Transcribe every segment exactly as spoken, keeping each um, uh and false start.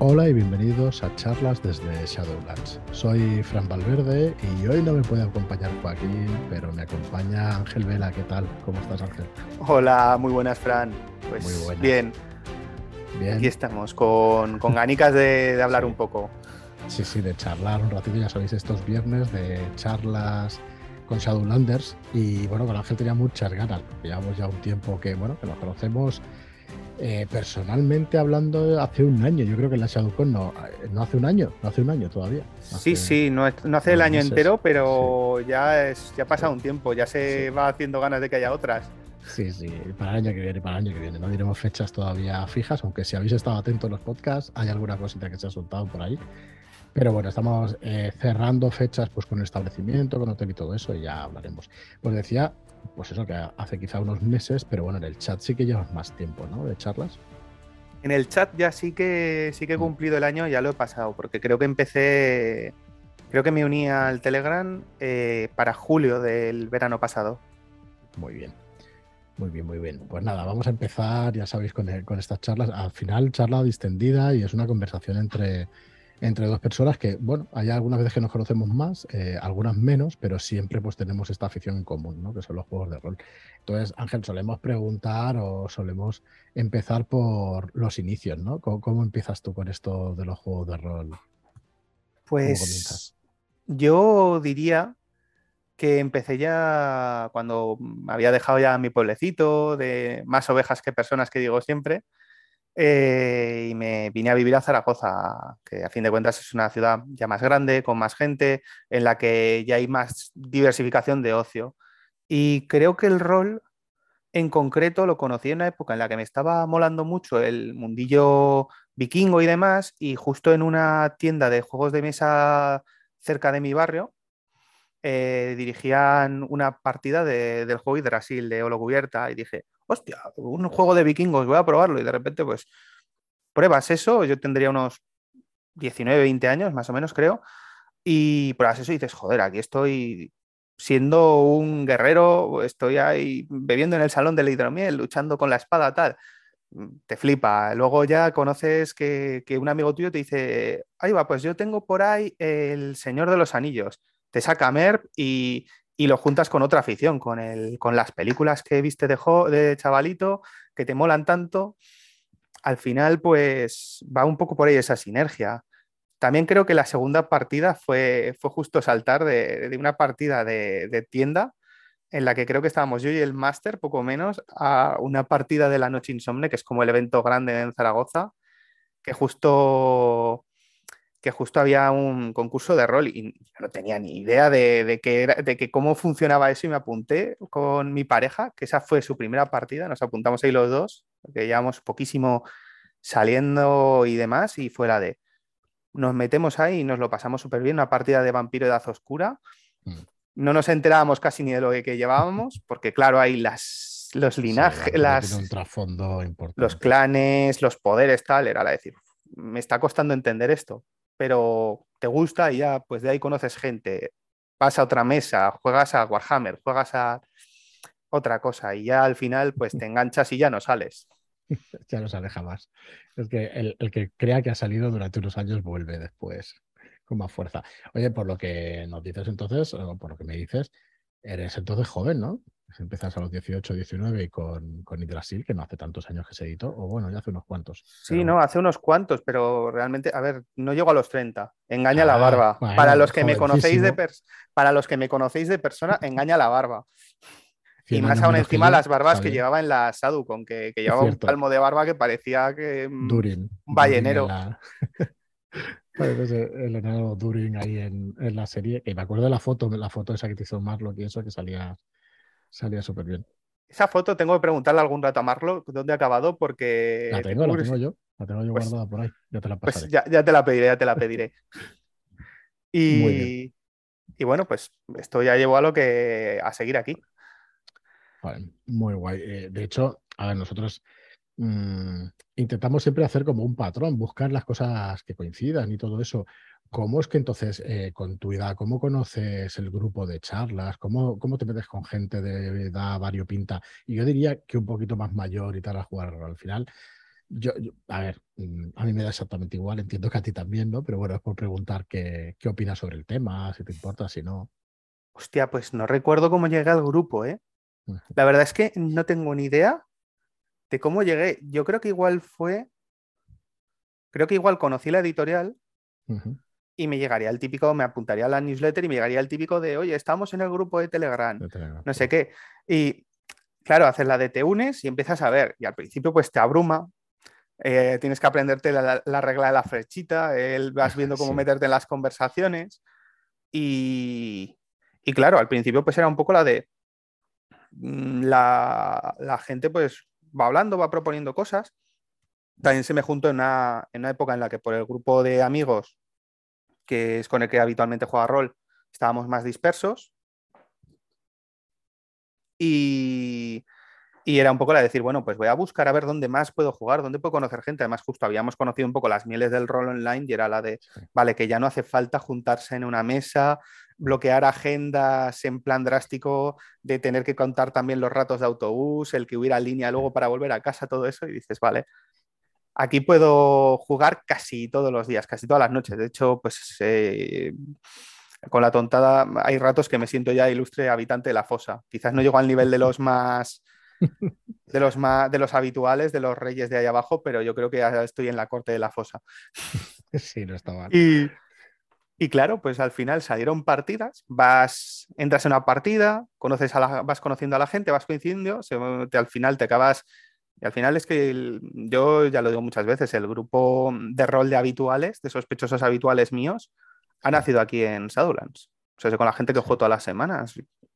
Hola y bienvenidos a charlas desde Shadowlands. Soy Fran Valverde y hoy no me puede acompañar Joaquín, pero me acompaña Ángel Vela. ¿Qué tal? ¿Cómo estás, Ángel? Hola, muy buenas, Fran. Muy Pues buenas. bien, aquí Bien. estamos con, con ganicas de, de hablar Sí, un poco. sí, sí, de charlar un ratito, ya sabéis, estos viernes de charlas con Shadowlanders. Y bueno, con Ángel tenía muchas ganas, porque llevamos ya un tiempo que, bueno, que nos conocemos. Eh, personalmente hablando, hace un año, yo creo que en la ShadowCon no, eh, no hace un año, no hace un año todavía, Sí, hace sí, no, es- no hace el unos año meses, entero, sí, pero ya, es, ya ha sí, pasado un tiempo, ya sí, se va haciendo ganas de que haya otras. sí, sí, para el año que viene, para el año que viene, no diremos fechas todavía fijas, aunque si habéis estado atentos a los podcasts, hay alguna cosita que se ha soltado por ahí, pero bueno, estamos eh, cerrando fechas pues con el establecimiento, con hotel y todo eso, y ya hablaremos. Pues decía, pues eso que hace quizá unos meses, pero bueno, en el chat sí que llevas más tiempo, ¿no? De charlas. En el chat ya sí que sí que he Mm, cumplido el año, ya lo he pasado, porque creo que empecé, creo que me uní mm, al Telegram eh, para julio del verano pasado. Muy bien. Muy bien, muy bien. Pues nada, vamos a empezar, ya sabéis, con, el- con estas charlas. Al final, charla distendida y es una conversación entre, entre dos personas que, bueno, hay algunas veces que nos conocemos más, eh, algunas menos, pero siempre pues tenemos esta afición en común, ¿no? Que son los juegos de rol. Entonces, Ángel, solemos preguntar o solemos empezar por los inicios, ¿no? ¿Cómo, cómo empiezas tú con esto de los juegos de rol? ¿Cómo Pues comienzas? yo diría que empecé ya cuando había dejado ya mi pueblecito, de más ovejas que personas que digo siempre, eh, y me vine a vivir a Zaragoza, que a fin de cuentas es una ciudad ya más grande, con más gente, en la que ya hay más diversificación de ocio. Y creo que el rol en concreto lo conocí en una época en la que me estaba molando mucho el mundillo vikingo y demás, y justo en una tienda de juegos de mesa cerca de mi barrio, eh, dirigían una partida de- del juego Yggdrasil de Holo Cubierta y dije, hostia, un juego de vikingos, voy a probarlo. Y de repente, pues, pruebas eso, yo tendría unos diecinueve veinte años, más o menos, creo, y pruebas eso y dices, joder, aquí estoy siendo un guerrero, estoy ahí bebiendo en el salón de la hidromiel, luchando con la espada, tal. Te flipa. Luego ya conoces que, que un amigo tuyo te dice, ahí va, pues yo tengo por ahí el Señor de los Anillos. Te saca Merp y, y lo juntas con otra afición, con, el, con las películas que viste de, jo- de chavalito, que te molan tanto. Al final, pues va un poco por ahí esa sinergia. También creo que la segunda partida fue, fue justo saltar de, de una partida de, de tienda en la que creo que estábamos yo y el máster, poco menos, a una partida de la Noche Insomne, que es como el evento grande en Zaragoza, que justo, que justo había un concurso de rol y yo no tenía ni idea de, de, que era, de que cómo funcionaba eso y me apunté con mi pareja, que esa fue su primera partida, nos apuntamos ahí los dos, porque llevamos poquísimo saliendo y demás, y fue la de, nos metemos ahí y nos lo pasamos súper bien, una partida de Vampiro de Edad Oscura. Mm. No nos enterábamos casi ni de lo que llevábamos, porque claro, hay las, los Sí, linajes, Vampiro tiene un las, trasfondo los importante, sí. clanes, los poderes, tal, era la de decir, me está costando entender esto, pero te gusta y ya, pues de ahí conoces gente, vas a otra mesa, juegas a Warhammer, juegas a otra cosa y ya al final pues te enganchas y ya no sales. Ya no se aleja más. Es que el, el que crea que ha salido durante unos años vuelve después con más fuerza. Oye, por lo que nos dices entonces, o por lo que me dices, eres entonces joven, ¿no? Si empiezas a los dieciocho, diecinueve y con, con Yggdrasil, que no hace tantos años que se editó, o bueno, ya hace unos cuantos, Sí, pero no, bueno. hace unos cuantos, pero realmente, a ver, no llego a los treinta. Engaña la Ah, barba. Para bueno, los que me conocéis de jovencísimo, pers- para los que me conocéis de persona, engaña la barba. Y cien más años aún menos que encima yo, las barbas está que bien. llevaba en la Sadu, con que, que Es llevaba un cierto, palmo de barba que parecía que mm, Durin, un Durin en ballenero. la... Parece el enano Durin ahí en, en la serie. Y me acuerdo de la foto, la foto esa que te hizo Marlock y eso, que salía, salía súper bien. Esa foto tengo que preguntarle algún rato a Marlo dónde ha acabado, La porque tengo, tengo la tengo curiosidad. yo, la tengo yo Pues, guardada por ahí, ya te la pues pasaré. ya, ya te la pediré, ya te la pediré. Muy bien, Y, y bueno, pues esto ya llevó a lo que a seguir aquí. vale, muy guay. Eh, de hecho, a ver, nosotros mm, intentamos siempre hacer como un patrón, buscar las cosas que coincidan y todo eso. ¿Cómo es que entonces, eh, con tu edad, cómo conoces el grupo de charlas? ¿Cómo, cómo te metes con gente de edad variopinta? Y yo diría que un poquito más mayor y tal a jugar al final. yo, yo- a ver, mm, a mí me da exactamente igual, entiendo que a ti también, ¿no? Pero bueno, es por preguntar qué, qué opinas sobre el tema, si te importa, si no. Hostia, pues no recuerdo cómo llegué al grupo, ¿eh? Ujú, La verdad es que no tengo ni idea de cómo llegué. Yo creo que igual fue, creo que igual conocí la editorial ujú, y me llegaría el típico, me apuntaría a la newsletter y me llegaría el típico de, oye, estamos en el grupo de Telegram, de Telegram, no sí. sé qué. Y claro, haces la de te unes y empiezas a ver. Y al principio pues te abruma, eh, tienes que aprenderte la, la- la regla de la flechita, el- vas viendo cómo Sí, meterte en las conversaciones. Y, y claro, al principio pues era un poco la de mm, la, la gente pues va hablando, va proponiendo cosas. También se me juntó en una, en una época en la que por el grupo de amigos, que es con el que habitualmente juega rol, estábamos más dispersos y, y era un poco la de decir, bueno, pues voy a buscar a ver dónde más puedo jugar, dónde puedo conocer gente. Además, justo habíamos conocido un poco las mieles del rol online y era la de, sí. vale, que ya no hace falta juntarse en una mesa, bloquear agendas en plan drástico, de tener que contar también los ratos de autobús, el que hubiera línea luego para volver a casa, todo eso. Y dices, vale, aquí puedo jugar casi todos los días, casi todas las noches. De hecho, pues eh, con la tontada hay ratos que me siento ya ilustre habitante de la fosa. Quizás no llego al nivel de los más de los más de los habituales, de los reyes de ahí abajo, pero yo creo que ya estoy en la corte de la fosa. Sí, no está mal. Y, y claro, pues al final salieron partidas, vas, entras en una partida, conoces a la, vas conociendo a la gente, vas coincidiendo, se- te- al final te acabas. Y al final es que el- yo ya lo digo muchas veces, el grupo de rol de habituales, de sospechosos habituales míos, ha Sí, nacido aquí en Shadowlands. O sea, con la gente que sí. juego todas las semanas.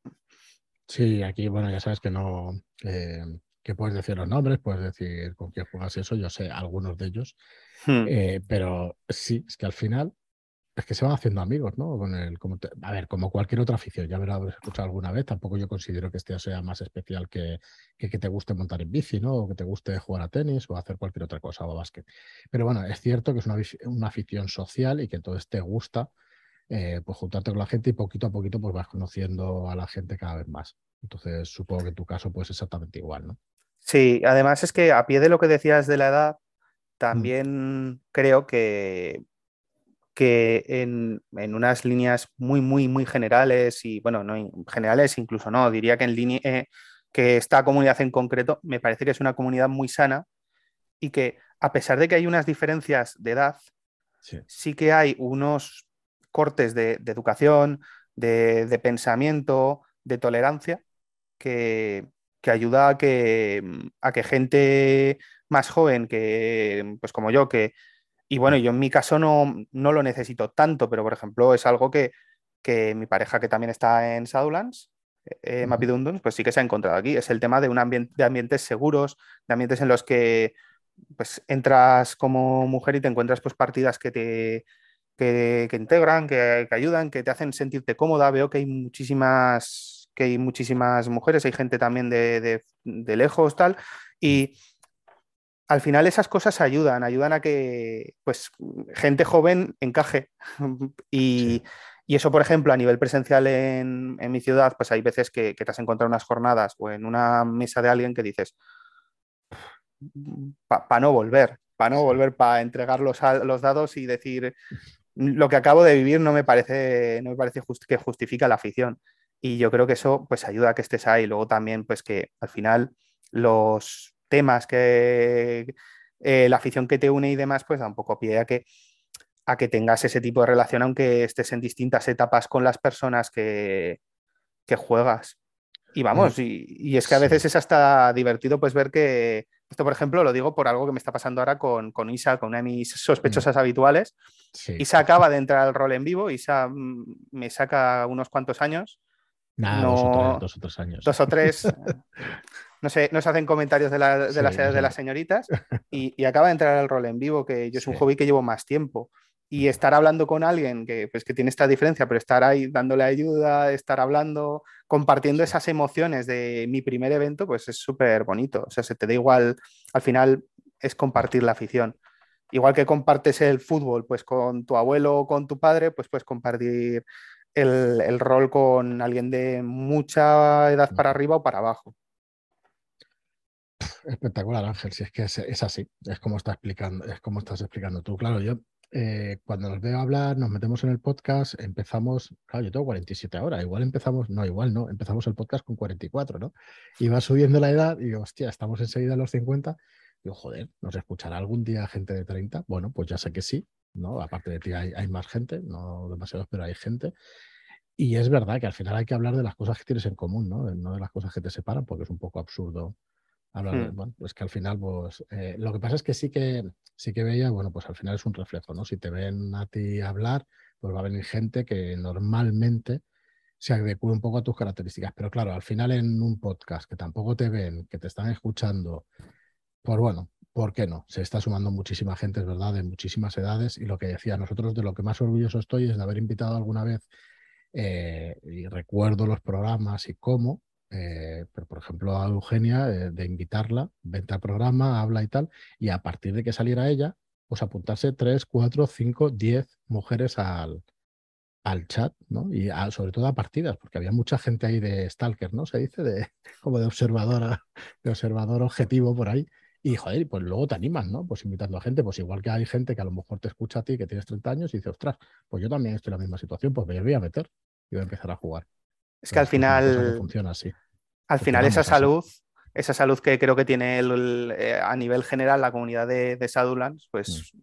Sí, aquí, bueno, ya sabes que no, eh, que puedes decir los nombres, puedes decir con quién juegas y eso, yo sé algunos de ellos, Hmm. eh, pero sí, es que al final es que se van haciendo amigos, ¿no? Con el, como te- a ver, como cualquier otra afición, ya me lo habrás escuchado alguna vez, tampoco yo considero que este sea más especial que, que que te guste montar en bici, ¿no? O que te guste jugar a tenis o hacer cualquier otra cosa o a básquet. Pero bueno, es cierto que es una, vis- una afición social y que entonces te gusta eh, pues juntarte con la gente y poquito a poquito pues vas conociendo a la gente cada vez más. Entonces supongo que en tu caso pues exactamente igual, ¿no? Sí, además es que a pie de lo que decías de la edad, Mm, también creo que, que en, en unas líneas muy, muy, muy generales y, bueno, no in- generales incluso no, diría que en línea, eh, que esta comunidad en concreto me parece que es una comunidad muy sana y que a pesar de que hay unas diferencias de edad, sí, sí que hay unos cortes de, de educación, de, de pensamiento, de tolerancia que, que ayuda a que, a que gente más joven, que, pues como yo, que, y bueno, mm, yo en mi caso no, no lo necesito tanto, pero por ejemplo es algo que, que mi pareja que también está en Shadowlands, eh, ujú, Mapidundun, pues sí que se ha encontrado aquí. Es el tema de un ambiente, de ambientes seguros, de ambientes en los que pues entras como mujer y te encuentras pues partidas que te que, que integran, que, que ayudan, que te hacen sentirte cómoda. Veo que hay muchísimas, que hay muchísimas mujeres, hay gente también de, de, de lejos, tal, mm, y al final esas cosas ayudan, ayudan a que pues gente joven encaje. sí, Y, y eso, por ejemplo, a nivel presencial en, en mi ciudad, pues hay veces que, que te has encontrado unas jornadas o en una mesa de alguien que dices, para no volver, para no sí. volver, para entregar los, a- los dados y decir, lo que acabo de vivir no me parece, no me parece just- que justifica la afición. Y yo creo que eso pues ayuda a que estés ahí. Luego también pues que al final los temas que eh, la afición que te une y demás pues da un poco pie a que, a que tengas ese tipo de relación aunque estés en distintas etapas con las personas que, que juegas. Y Oye, vamos, y, y es que a sí, veces es hasta divertido pues ver que, esto por ejemplo lo digo por algo que me está pasando ahora con, con Isa, con una de mis mm, sospechosas habituales. sí. Isa acaba de entrar al rol en vivo, Isa mm, me saca unos cuantos años, Nada, dos o tres, no dos o tres años. dos o tres, no sé, no se hacen comentarios de, la- de las Sí, no edades de sé. las señoritas y, y acaba de entrar al rol en vivo, que yo es un Sí. hobby que llevo más tiempo. Y Ujú. estar hablando con alguien que, pues, que tiene esta diferencia, pero estar ahí dándole ayuda, estar hablando, compartiendo Sí. esas emociones de mi primer evento, pues es súper bonito. O sea, se te da igual, al final es Mm. compartir la afición. Igual que compartes el fútbol, pues con tu abuelo o con tu padre, pues puedes compartir el, el rol con alguien de mucha edad para Ujú. arriba o para abajo. Espectacular, Ángel. Si es que es, es así, es como está explicando, es como estás explicando tú. Claro, yo eh, cuando nos veo hablar, nos metemos en el podcast, empezamos, claro, yo tengo cuarenta y siete ahora, igual empezamos, no, igual no, empezamos el podcast con cuarenta y cuatro, ¿no? Y va subiendo la edad y digo, hostia, estamos enseguida a los cincuenta. Digo, joder, ¿nos escuchará algún día gente de treinta? Bueno, pues ya sé que sí, ¿no? Aparte de ti hay, hay más gente, no demasiados, pero hay gente. Y es verdad que al final hay que hablar de las cosas que tienes en común, ¿no? No de las cosas que te separan, porque es un poco absurdo hablar de, Mm, bueno, pues que al final, pues, eh, lo que pasa es que sí que sí que veía, bueno, pues al final es un reflejo, ¿no? Si te ven a ti hablar, pues va a venir gente que normalmente se adecue un poco a tus características. Pero claro, al final en un podcast que tampoco te ven, que te están escuchando, pues bueno, ¿por qué no? Se está sumando muchísima gente, es verdad, de muchísimas edades. Y lo que decía, nosotros de lo que más orgulloso estoy es de haber invitado alguna vez, eh, y recuerdo los programas y cómo, eh, pero por ejemplo a Eugenia, eh, de invitarla, vente al programa, habla y tal, y a partir de que saliera ella, pues apuntarse tres, cuatro, cinco, diez mujeres al, al chat, ¿no? Y a- sobre todo a partidas, porque había mucha gente ahí de stalker, ¿no? Se dice, de, como de observadora, de observador objetivo por ahí. Y joder, pues luego te animas, ¿no? Pues invitando a gente, pues igual que hay gente que a lo mejor te escucha a ti, que tienes treinta años, y dice, ostras, pues yo también estoy en la misma situación, pues me voy a meter y voy a empezar a jugar. Es que al Entonces, que es una cosa que final, funciona así. al final esa Funcionamos así. salud, esa salud que creo que tiene el- eh, a nivel general la comunidad de, de Shadowlands, Mm, pues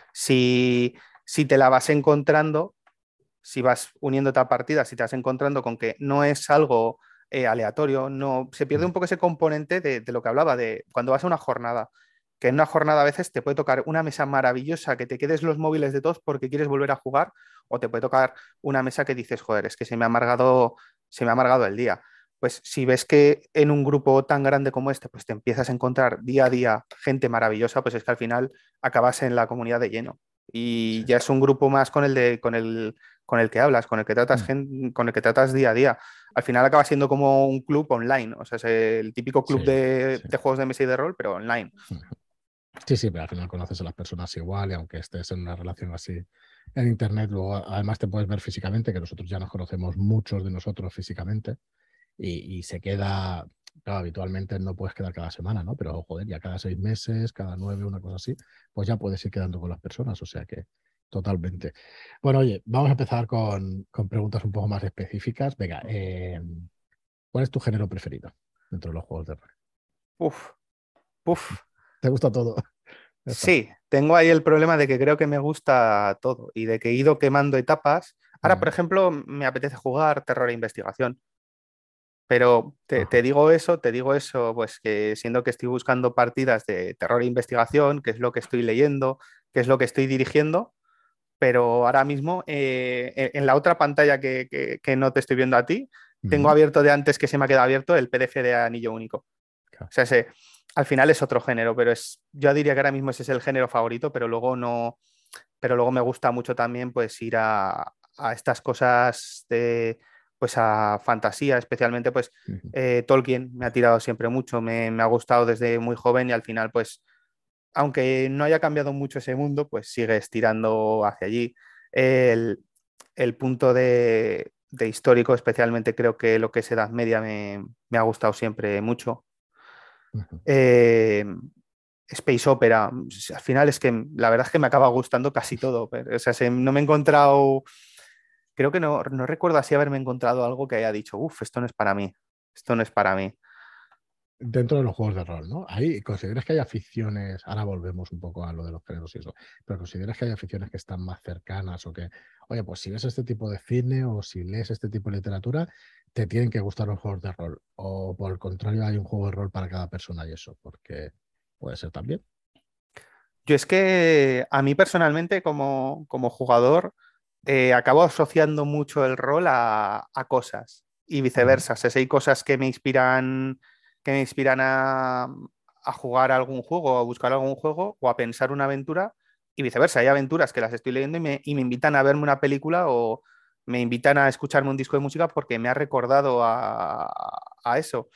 si, si te la vas encontrando, si vas uniéndote a partidas, si te vas encontrando con que no es algo eh, aleatorio, no, se pierde mm, un poco ese componente de, de lo que hablaba, de cuando vas a una jornada, que en una jornada a veces te puede tocar una mesa maravillosa, que te quedes los móviles de todos porque quieres volver a jugar, o te puede tocar una mesa que dices, joder, es que se me ha amargado, se me ha amargado el día. Pues si ves que en un grupo tan grande como este, pues te empiezas a encontrar día a día gente maravillosa, pues es que al final acabas en la comunidad de lleno. Y sí. ya es un grupo más con el de, con el, con el que hablas, con el que tratas Mm, gen- con el que tratas día a día. Al final acaba siendo como un club online, o sea, es el típico sí, club de, sí. de juegos de mesa y de rol, pero online. Mm. Sí, sí, pero al final conoces a las personas igual y aunque estés en una relación así en internet, luego además te puedes ver físicamente, que nosotros ya nos conocemos muchos de nosotros físicamente y, y se queda, claro, habitualmente no puedes quedar cada semana, ¿no? Pero joder, ya cada seis meses, cada nueve, una cosa así, pues ya puedes ir quedando con las personas, o sea que totalmente. Bueno, oye, vamos a empezar con, con preguntas un poco más específicas. Venga, eh, ¿cuál es tu género preferido dentro de los juegos de rol? Uf, uf. ¿Te gusta todo? Ya está. Sí, tengo ahí el problema de que creo que me gusta todo y de que he ido quemando etapas. Ahora, por Mm, ejemplo, me apetece jugar terror e investigación. Pero te, te ajá. digo eso, te digo eso, pues que siendo que estoy buscando partidas de terror e investigación, que es lo que estoy leyendo, que es lo que estoy dirigiendo, pero ahora mismo eh, en, en la otra pantalla que, que- que no te estoy viendo a ti, tengo Mm, abierto de antes que se me ha quedado abierto el P D F de Anillo Único. O claro. sea, ese, al final es otro género, pero es, yo diría que ahora mismo ese es el género favorito, pero luego no, pero luego me gusta mucho también pues ir a, a estas cosas de, pues a fantasía, especialmente pues Ujú. eh, Tolkien me ha tirado siempre mucho, me, me ha gustado desde muy joven y al final pues aunque no haya cambiado mucho ese mundo, pues sigue estirando hacia allí. El, el punto de, de histórico, especialmente creo que lo que es Edad Media me, me ha gustado siempre mucho. Ujú. Eh, Space Opera, al final es que la verdad es que me acaba gustando casi todo. Pero, o sea, se- no me he encontrado, creo que no, no recuerdo así haberme encontrado algo que haya dicho, uff, esto no es para mí, esto no es para mí. Dentro de los juegos de rol, ¿no? Ahí consideras que hay aficiones, ahora volvemos un poco a lo de los géneros y eso, pero consideras que hay aficiones que están más cercanas o que, oye, pues si ves este tipo de cine o si lees este tipo de literatura, te tienen que gustar los juegos de rol. O por el contrario, hay un juego de rol para cada persona y eso, porque puede ser también. Yo es que a mí personalmente como, como jugador eh, acabo asociando mucho el rol a, a cosas y Ujú, viceversa. O sea, si hay cosas que me inspiran, que me inspiran a, a jugar algún juego, a buscar algún juego o a pensar una aventura y viceversa. Hay aventuras que las estoy leyendo y me, y me invitan a verme una película o me invitan a escucharme un disco de música porque me ha recordado a, a eso.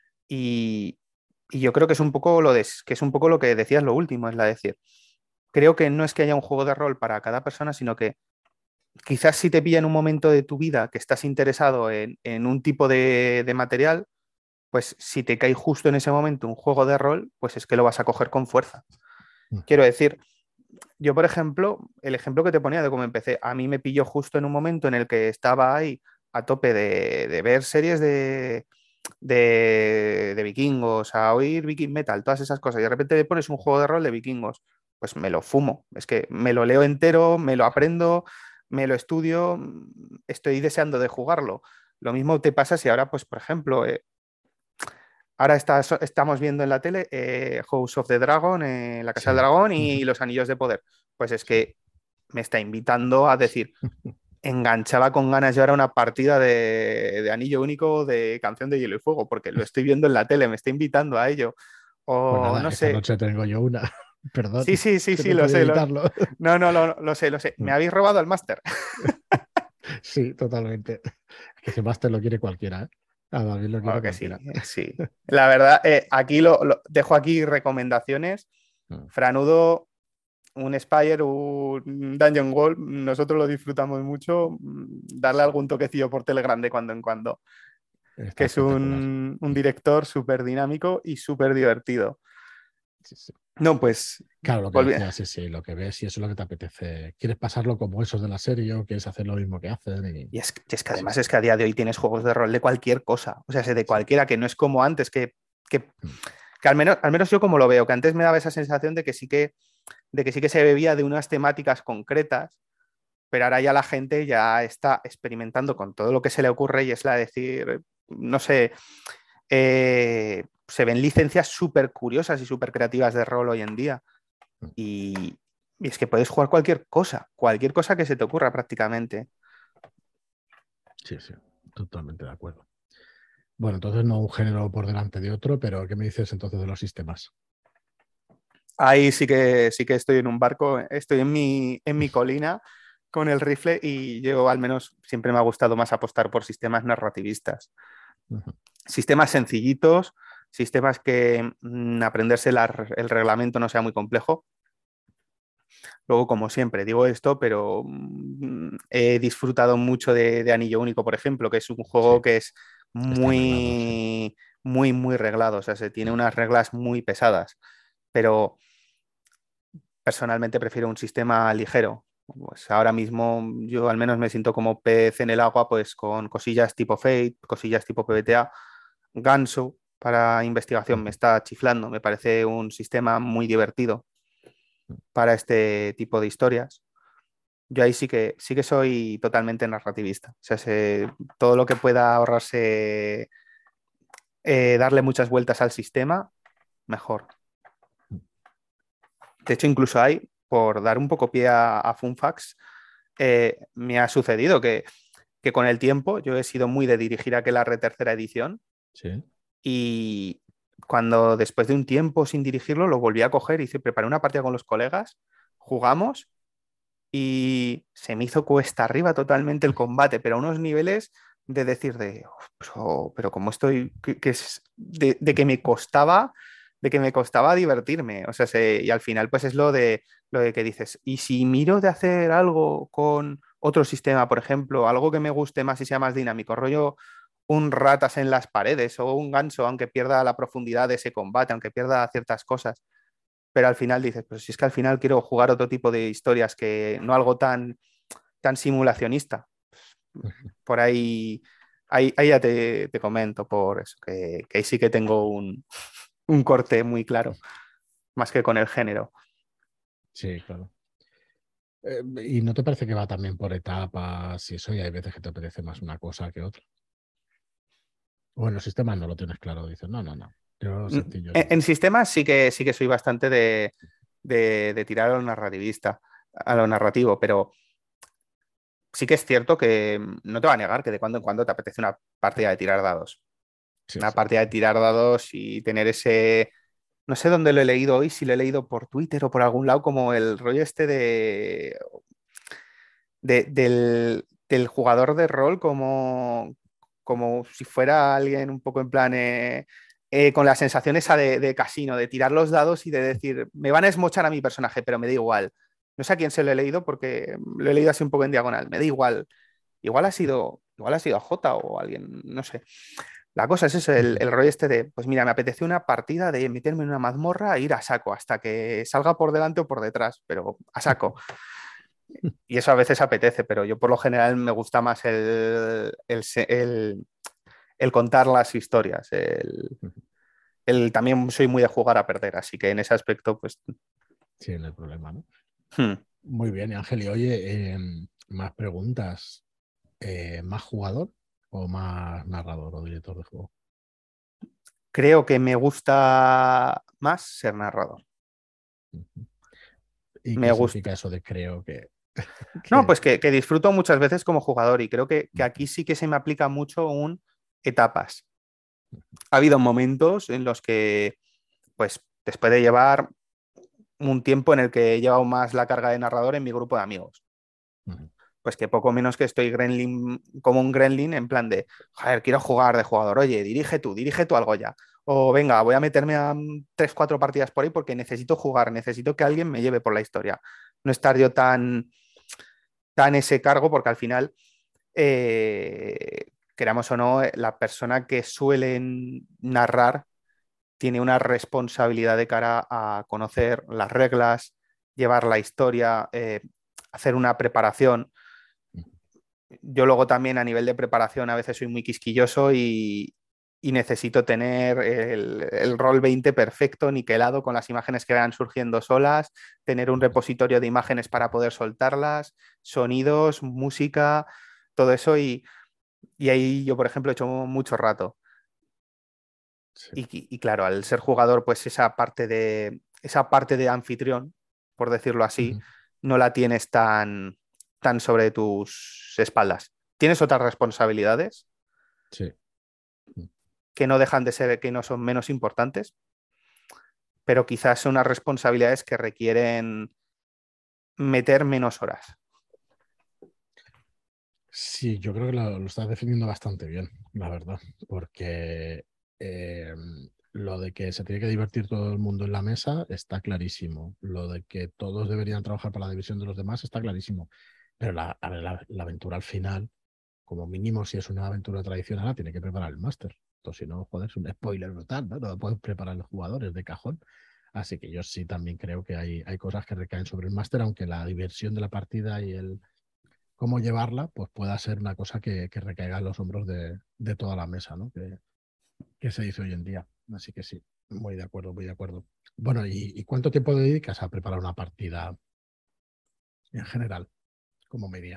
Y, y yo creo que es un poco lo de, que es un poco lo que decías lo último, es la decir, creo que no es que haya un juego de rol para cada persona, sino que quizás si te pilla en un momento de tu vida que estás interesado en, en un tipo de, de material, pues si te cae justo en ese momento un juego de rol, pues es que lo vas a coger con fuerza. Mm. Quiero decir, yo, por ejemplo, el ejemplo que te ponía de cómo empecé, a mí me pilló justo en un momento en el que estaba ahí a tope de, de ver series de, de, de vikingos, a oír viking metal, todas esas cosas, y de repente le pones un juego de rol de vikingos, pues me lo fumo. Es que me lo leo entero, me lo aprendo, me lo estudio, estoy deseando de jugarlo. Lo mismo te pasa si ahora, pues, por ejemplo, eh, ahora está, estamos viendo en la tele eh, House of the Dragon, eh, La Casa Sí. del Dragón y Los Anillos de Poder. Pues es que me está invitando a decir, enganchaba con ganas llevar una partida de, de Anillo Único de Canción de Hielo y Fuego, porque lo estoy viendo en la tele, me está invitando a ello. Pues O nada, no esta sé. noche tengo yo una. Perdón, Sí, sí, sí, que sí, no lo podía sé. Lo... evitarlo. No, no, lo, lo sé, lo sé. Me habéis robado el máster. Sí, totalmente. Es que ese máster lo quiere cualquiera, ¿eh? A David lo quiere Oh, que cualquiera. sí, sí. La verdad, eh, aquí lo, lo, dejo aquí recomendaciones. Mm. Franudo, un Spire, un Dungeon World, nosotros lo disfrutamos mucho. Darle algún toquecillo por Telegram de cuando en cuando, que Está es espectacular. un, un director súper dinámico y súper divertido. Sí, sí. No, pues, Claro, lo que volví. decías, sí, sí, lo que ves y eso es lo que te apetece. ¿Quieres pasarlo como esos de la serie o quieres hacer lo mismo que hacen? Y... Y es, y es que Sí, además sí, es que a día de hoy tienes juegos de rol de cualquier cosa, o sea, de sí. cualquiera, que no es como antes, que, que, Mm. que al, menos, al menos yo como lo veo, que antes me daba esa sensación de que sí que, de que sí que se bebía de unas temáticas concretas, pero ahora ya la gente ya está experimentando con todo lo que se le ocurre y es la de decir, no sé, eh, se ven licencias súper curiosas y súper creativas de rol hoy en día. Mm. Y, y es que puedes jugar cualquier cosa, cualquier cosa que se te ocurra prácticamente. Sí, sí, totalmente de acuerdo. Bueno, entonces no un género por delante de otro, pero ¿qué me dices entonces de los sistemas? Ahí sí que, sí que estoy en un barco, estoy en mi, en mi colina con el rifle y yo al menos siempre me ha gustado más apostar por sistemas narrativistas. Ujú. Sistemas sencillitos, sistemas que mm, aprenderse la- el reglamento no sea muy complejo. Luego, como siempre, digo esto, pero mm, he disfrutado mucho de, de Anillo Único, por ejemplo, que es un Sí, juego que es está arreglado, sí. muy, muy, muy reglado. O sea, se tiene unas reglas muy pesadas. Pero personalmente prefiero un sistema ligero. Pues ahora mismo yo al menos me siento como pez en el agua, pues con cosillas tipo Fate, cosillas tipo P B T A. Ganso para investigación me Ujú. está chiflando, me parece un sistema muy divertido para este tipo de historias. Yo ahí sí que sí que soy totalmente narrativista. O sea, se- todo lo que pueda ahorrarse, eh, darle muchas vueltas al sistema, mejor. De hecho, incluso hay, por dar un poco pie a, a Fun Facts, eh, me ha sucedido que, que con el tiempo yo he sido muy de dirigir aquella tercera edición Sí. y cuando después de un tiempo sin dirigirlo lo volví a coger y hice, preparé una partida con los colegas, jugamos y se me hizo cuesta arriba totalmente el combate, pero a unos niveles de decir de, "Uf, pero, pero como estoy, que, que es de, de que me costaba, de que me costaba divertirme, o sea, se- y al final pues es lo de, lo de que dices, y si miro de hacer algo con otro sistema, por ejemplo, algo que me guste más y sea más dinámico, rollo un ratas en las paredes o un ganso, aunque pierda la profundidad de ese combate, aunque pierda ciertas cosas, pero al final dices, pues si es que al final quiero jugar otro tipo de historias que no algo tan, tan simulacionista. Por ahí, ahí, ahí ya te, te comento por eso, que, que ahí sí que tengo un, un corte muy claro, más que con el género. Sí, claro. Eh, ¿y no te parece que va también por etapas y eso? Y hay veces que te apetece más una cosa que otra. O en los sistemas no lo tienes claro. Dices, no, no, no. Yo Mm, sencillo En, no. en sistemas sí que, sí que soy bastante de, de, de tirar a lo narrativista, a lo narrativo, pero sí que es cierto que mm, no te va a negar que de cuando en cuando te apetece una partida de tirar dados. Sí, Una sí. partida de tirar dados y tener ese, no sé dónde lo he leído hoy, si lo he leído por Twitter o por algún lado, como el rollo este de, de- del, del jugador de rol como, como si fuera alguien un poco en plan eh, eh, con la sensación esa de, de casino, de tirar los dados y de decir, me van a esmochar a mi personaje, pero me da igual. No sé a quién se lo he leído porque lo he leído así un poco en diagonal, me da igual. Igual ha sido, igual ha sido a Jota o alguien, no sé. La cosa es eso, el, Ujú. el rollo este de, pues mira, me apetece una partida de meterme en una mazmorra e ir a saco, hasta que salga por delante o por detrás, pero a saco. Y eso a veces apetece, pero yo por lo general me gusta más el, el, se- el- el contar las historias. El, el- también soy muy de jugar a perder, así que en ese aspecto, pues... Sí, no hay problema, ¿no? hmm. Muy bien, y Ángel, y oye, eh, más preguntas. Eh, ¿más jugador o más narrador o director de juego? Creo que me gusta más ser narrador. Ujú. ¿Y Me qué gusta. significa eso de creo que, No, que... pues que, que disfruto muchas veces como jugador y creo que, que aquí sí que se me aplica mucho un etapas. Ha habido momentos en los que, pues, después de llevar un tiempo en el que he llevado más la carga de narrador en mi grupo de amigos. Ujú. Pues que poco menos que estoy gremlin, como un gremlin en plan de, joder, quiero jugar de jugador, oye, dirige tú, dirige tú algo ya. O venga, voy a meterme a mm, tres, cuatro partidas por ahí porque necesito jugar, necesito que alguien me lleve por la historia. No estar yo tan, tan ese cargo porque al final, eh, queramos o no, la persona que suelen narrar tiene una responsabilidad de cara a conocer las reglas, llevar la historia, eh, hacer una preparación. Yo luego también a nivel de preparación a veces soy muy quisquilloso y, y necesito tener el, el rol veinte perfecto, niquelado, con las imágenes que vayan surgiendo solas, tener un repositorio de imágenes para poder soltarlas, sonidos, música, todo eso y, y ahí yo, por ejemplo, he hecho mucho rato. Sí. Y, y claro, al ser jugador, pues esa parte de, esa parte de anfitrión, por decirlo así, Ujú. no la tienes tan, tan sobre tus espaldas. Tienes otras responsabilidades Sí. Ujú. que no dejan de ser, que no son menos importantes, pero quizás son unas responsabilidades que requieren meter menos horas. Sí, yo creo que lo, lo estás definiendo bastante bien, la verdad, porque eh, lo de que se tiene que divertir todo el mundo en la mesa está clarísimo. Lo de que todos deberían trabajar para la división de los demás está clarísimo. Pero la, a ver, la, la aventura al final, como mínimo, si es una aventura tradicional, la tiene que preparar el máster. Entonces, si no, joder, es un spoiler brutal, ¿no? No lo pueden preparar los jugadores de cajón. Así que yo sí también creo que hay, hay cosas que recaen sobre el máster, aunque la diversión de la partida y el cómo llevarla, pues pueda ser una cosa que, que recaiga en los hombros de, de toda la mesa, ¿no? Que, que se dice hoy en día. Así que sí, muy de acuerdo, muy de acuerdo. Bueno, ¿y, y cuánto tiempo dedicas a preparar una partida en general, como media?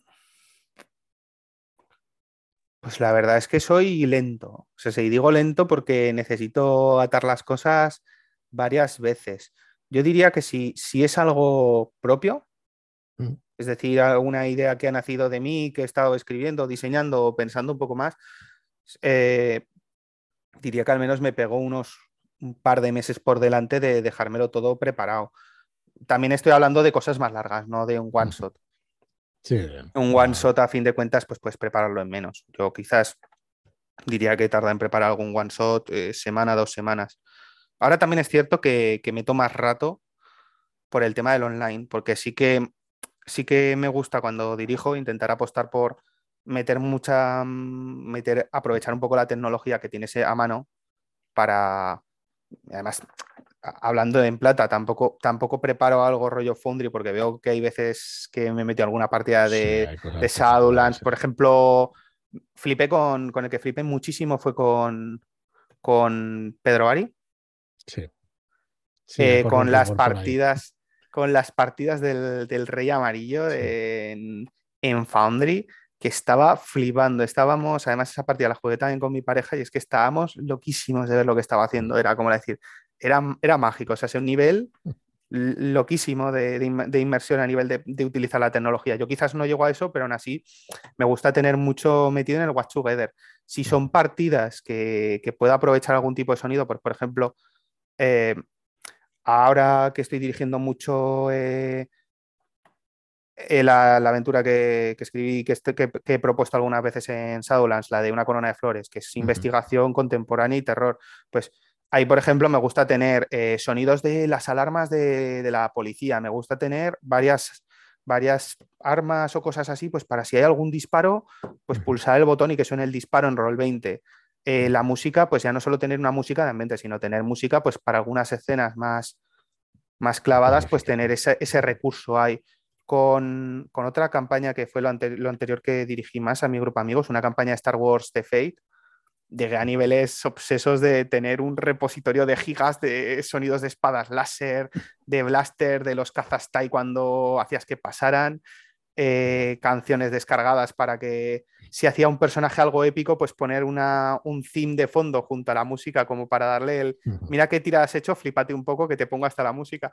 Pues la verdad es que soy lento. O sea, si digo lento porque necesito atar las cosas varias veces. Yo diría que si, si es algo propio, Mm. es decir, alguna idea que ha nacido de mí, que he estado escribiendo, diseñando o pensando un poco más, eh, diría que al menos me pegó unos un par de meses por delante de dejármelo todo preparado. También estoy hablando de cosas más largas, no de un one Ujú. shot. Sí, Un one ah, shot a fin de cuentas, pues puedes prepararlo en menos. Yo quizás diría que tarda en preparar algún one shot eh, semana, dos semanas. Ahora también es cierto que, que me toma rato por el tema del online, porque sí que, sí que me gusta cuando dirijo intentar apostar por meter mucha, meter, aprovechar un poco la tecnología que tienes a mano para, además, hablando en plata, tampoco, tampoco preparo algo rollo Foundry porque veo que hay veces que me meto alguna partida sí, de, hay de cosas que se pueden, Shadowlands, sí. por ejemplo, flipé con, con el que flipé muchísimo fue con, con Pedro Ari, Sí, sí, a eh, correr con las rumor por ahí. partidas, con las partidas del, del Rey Amarillo Sí. de- en, en Foundry, que estaba flipando. Estábamos, además esa partida la jugué también con mi pareja y es que estábamos loquísimos de ver lo que estaba Mm. haciendo. Era como decir, era, era mágico, o sea, ese un nivel l- loquísimo de, de inm- de inmersión a nivel de, de utilizar la tecnología. Yo quizás no llego a eso, pero aún así me gusta tener mucho metido en el Watch Together. Si Mm. son partidas que, que pueda aprovechar algún tipo de sonido, pues por ejemplo, eh, ahora que estoy dirigiendo mucho eh, eh, la, la aventura que, que escribí, que, este- que- que he propuesto algunas veces en Shadowlands, la de Una corona de flores, que es Ujú. investigación contemporánea y terror, pues ahí, por ejemplo, me gusta tener eh, sonidos de las alarmas de, de la policía, me gusta tener varias, varias armas o cosas así, pues para si hay algún disparo, pues Ujú. pulsar el botón y que suene el disparo en roll veinte. eh, la música, pues ya no solo tener una música de ambiente, sino tener música, pues para algunas escenas más, más clavadas, pues tener ese, ese recurso ahí. Con, con otra campaña que fue lo, ante- lo anterior que dirigí más a mi grupo de amigos, una campaña de Star Wars The Fate, llegué a niveles obsesos de tener un repositorio de gigas de sonidos de espadas láser, de blaster, de los cazas Tai cuando hacías que pasaran, eh, canciones descargadas para que si hacía un personaje algo épico, pues poner una, un theme de fondo junto a la música como para darle el, mira qué tira has hecho, flipate un poco que te pongo hasta la música.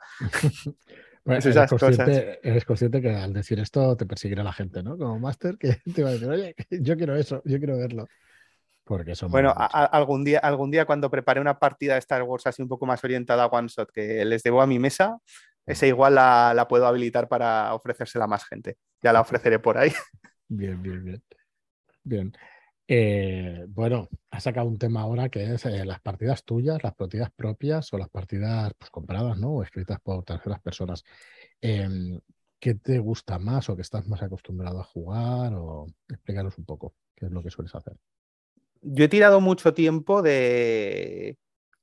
Pues Pues eres esas cosas. consciente, eres consciente que al decir esto te perseguirá la gente, ¿no? Como máster, que te va a decir, oye, yo quiero eso, yo quiero verlo. Porque eso Bueno, mola a- mucho. a- algún día, algún día cuando prepare una partida de Star Wars así un poco más orientada a One Shot que les debo a mi mesa, esa igual la, la puedo habilitar para ofrecérsela a más gente. Ya la ofreceré por ahí. Bien, bien, bien. Bien. Eh, bueno, has sacado un tema ahora que es eh, las partidas tuyas, las partidas propias o las partidas pues, compradas, ¿no? O escritas por terceras personas. Em, ¿qué te gusta más o qué estás más acostumbrado a jugar? O explícanos un poco qué es lo que sueles hacer. Yo he tirado mucho tiempo de,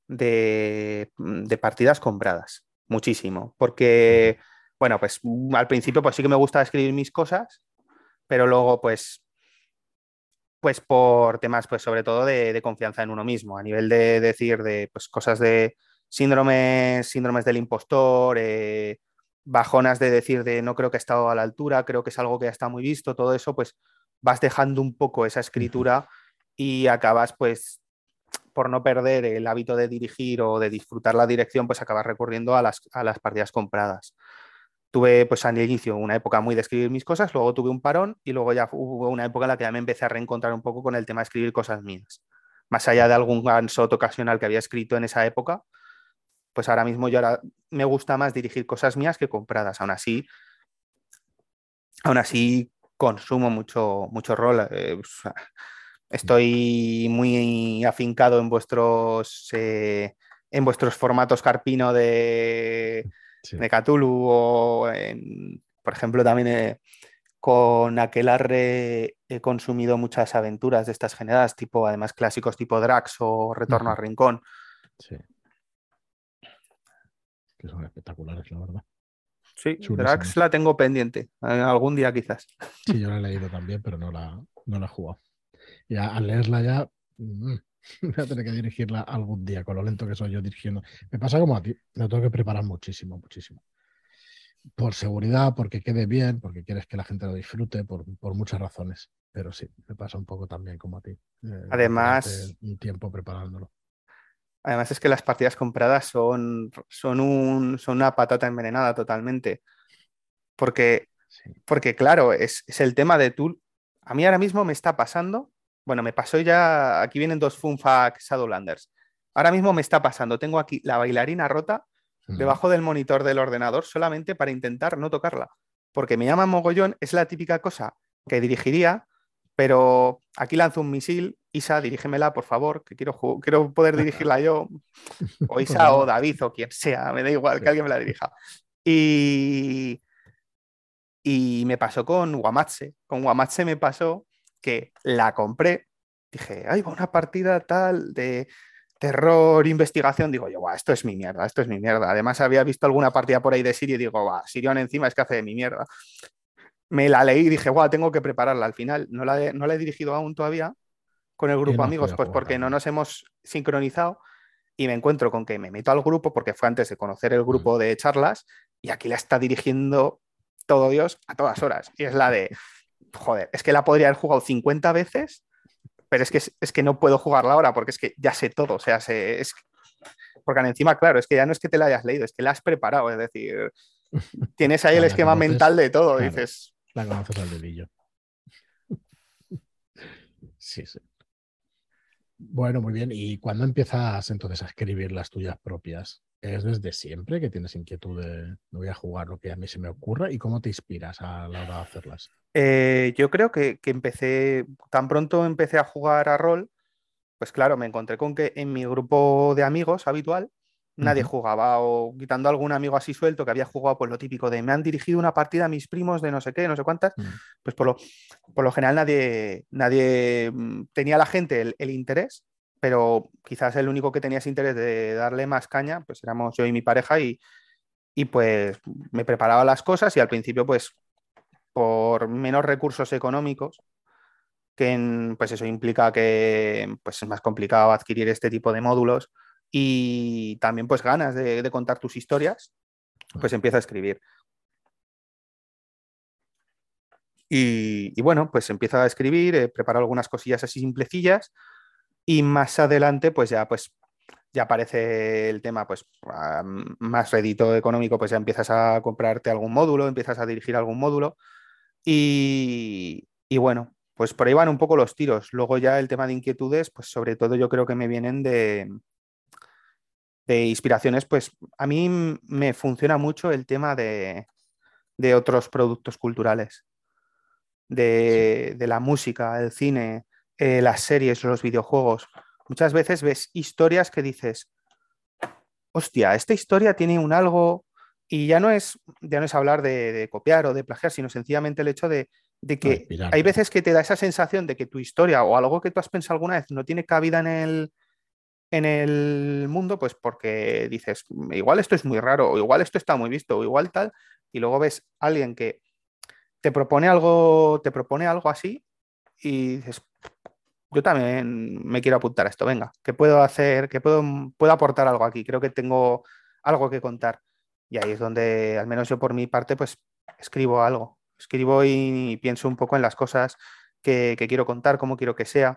de, de partidas compradas, muchísimo, Ujú, porque, bueno, pues al principio pues sí que me gusta escribir mis cosas, pero luego pues pues por temas, pues sobre todo de, de confianza en uno mismo, a nivel de decir de pues, cosas de síndromes, síndromes del impostor, eh, bajonas de decir de no creo que he estado a la altura, creo que es algo que ya está muy visto, todo eso, pues vas dejando un poco esa ujú, escritura y acabas pues por no perder el hábito de dirigir o de disfrutar la dirección, pues acabas recurriendo a las, a las partidas compradas. Tuve pues al inicio una época muy de escribir mis cosas, luego tuve un parón y luego ya hubo una época en la que ya me empecé a reencontrar un poco con el tema de escribir cosas mías. Más allá de algún one shot ocasional que había escrito en esa época, pues ahora mismo yo ahora me gusta más dirigir cosas mías que compradas. Aún así, aún así consumo mucho, mucho rol. Eh, pues, estoy muy afincado en vuestros, eh, en vuestros formatos carpino de, sí. de Cthulhu o en, por ejemplo, también eh, con Aquelarre he consumido muchas aventuras de estas generadas, tipo además clásicos tipo Drax o Retorno Ujú, al Rincón. sí, que son espectaculares, la verdad. Sí, Drax Chulísimos. la tengo pendiente, eh, algún día quizás. Sí, yo la he leído también, pero no la, no la he jugado. Y a- al leerla ya, mm, voy a tener que dirigirla algún día, con lo lento que soy yo dirigiendo. Me pasa como a ti, lo tengo que preparar muchísimo, muchísimo. Por seguridad, porque quede bien, porque quieres que la gente lo disfrute, por, por muchas razones. Pero sí, me pasa un poco también como a ti, eh, de tirarte Además, un tiempo preparándolo. además es que las partidas compradas son, son, un, son una patata envenenada totalmente, porque, Sí. porque claro, es, es el tema de tú. A mí ahora mismo me está pasando, bueno, me pasó ya, aquí vienen dos Funfac Shadowlanders. Ahora mismo me está pasando, tengo aquí la bailarina rota Mm, debajo del monitor del ordenador solamente para intentar no tocarla, porque me llama mogollón, es la típica cosa que dirigiría, pero aquí lanzo un misil, Isa, dirígemela, por favor, que quiero, ju- quiero poder dirigirla yo, o por Isa o favor. David o quien sea, me da igual Sí. que alguien me la dirija. Y, y me pasó con Wamatse. Con Wamatse me pasó que la compré. Dije, ay, va una partida tal de terror, investigación. Digo yo, "Buah, esto es mi mierda, esto es mi mierda". Además, había visto alguna partida por ahí de Sirio y digo, "Buah, Sirion encima es que hace de mi mierda". Me la leí y dije, guau, tengo que prepararla. Al final no la, he, no la he dirigido aún todavía con el Y grupo no has amigos, podido pues jugar porque no también. nos hemos sincronizado y me encuentro con que me meto al grupo porque fue antes de conocer el Mm. grupo de charlas y aquí la está dirigiendo todo Dios a todas horas. Y es la de, joder, es que la podría haber jugado cincuenta veces, pero es que, es que no puedo jugarla ahora porque es que ya sé todo. O sea, sé, es, porque encima, claro, es que ya no es que te la hayas leído, es que la has preparado. Es decir, tienes ahí el Claro, la esquema mental conoces, de todo. claro, Dices, la conoces al dedillo. Sí, sí. Bueno, muy bien. ¿Y cuándo empiezas entonces a escribir las tuyas propias? ¿Es desde siempre que tienes inquietud de no voy a jugar lo que a mí se me ocurra? ¿Y cómo te inspiras a la hora de hacerlas? eh, yo creo que, que empecé, tan pronto empecé a jugar a rol, pues claro, me encontré con que en mi grupo de amigos habitual nadie Ujú, jugaba o quitando algún amigo así suelto que había jugado pues lo típico de me han dirigido una partida a mis primos de no sé qué, no sé cuántas, mm, pues por lo, por lo general nadie, nadie mm, tenía la gente el, el interés, pero quizás el único que tenía ese interés de darle más caña, pues éramos yo y mi pareja y, y pues me preparaba las cosas y al principio pues por menos recursos económicos, que en, pues eso implica que pues es más complicado adquirir este tipo de módulos y también pues ganas de, de contar tus historias, pues empiezo a escribir. Y, y bueno, pues empiezo a escribir, he preparado algunas cosillas así simplecillas y más adelante pues ya pues ya aparece el tema pues a- más rédito económico, pues ya empiezas a comprarte algún módulo, empiezas a dirigir algún módulo y, y bueno, pues por ahí van un poco los tiros. Luego ya el tema de inquietudes, pues sobre todo yo creo que me vienen de, de inspiraciones, pues a mí m- me funciona mucho el tema de, de otros productos culturales, Sí. de, de la música, el cine, eh, las series, los videojuegos. Muchas veces ves historias que dices, hostia, esta historia tiene un algo y ya no es, ya no es hablar de, de copiar o de plagiar, sino sencillamente el hecho de, de No, que hay inspirarte. veces que te da esa sensación de que tu historia o algo que tú has pensado alguna vez no tiene cabida en el, en el mundo, pues porque dices, igual esto es muy raro, o igual esto está muy visto, o igual tal, y luego ves a alguien que te propone algo, te propone algo así y dices, yo también me quiero apuntar a esto, venga, que puedo hacer, que puedo, puedo aportar algo aquí, creo que tengo algo que contar. Y ahí es donde, al menos yo por mi parte, pues escribo algo, escribo y pienso un poco en las cosas que, que quiero contar, cómo quiero que sea.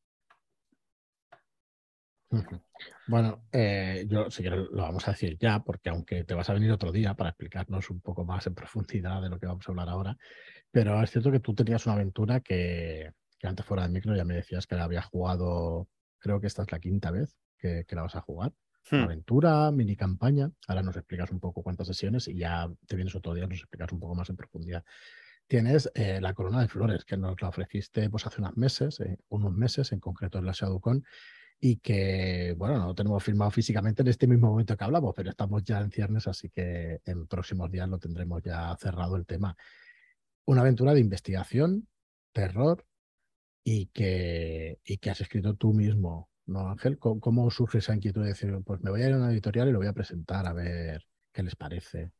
Ujú. Bueno, eh, yo si quieres lo vamos a decir ya, porque aunque te vas a venir otro día para explicarnos un poco más en profundidad de lo que vamos a hablar ahora, pero es cierto que tú tenías una aventura que, que antes fuera del micro ya me decías que la habías jugado, creo que esta es la quinta vez que, que la vas a jugar. Una Hmm. aventura, mini campaña. Ahora nos explicas un poco cuántas sesiones y ya te vienes otro día, nos explicas un poco más en profundidad. Tienes eh, la corona de flores, que nos la ofreciste pues, hace unos meses, eh, unos meses, en concreto en la ShadowCon, y que, bueno, no lo tenemos firmado físicamente en este mismo momento que hablamos, pero estamos ya en ciernes, así que en próximos días lo tendremos ya cerrado el tema. Una aventura de investigación, terror y que, y que has escrito tú mismo, ¿no, Ángel? ¿Cómo, cómo surge esa inquietud de decir, pues me voy a ir a una editorial y lo voy a presentar a ver qué les parece?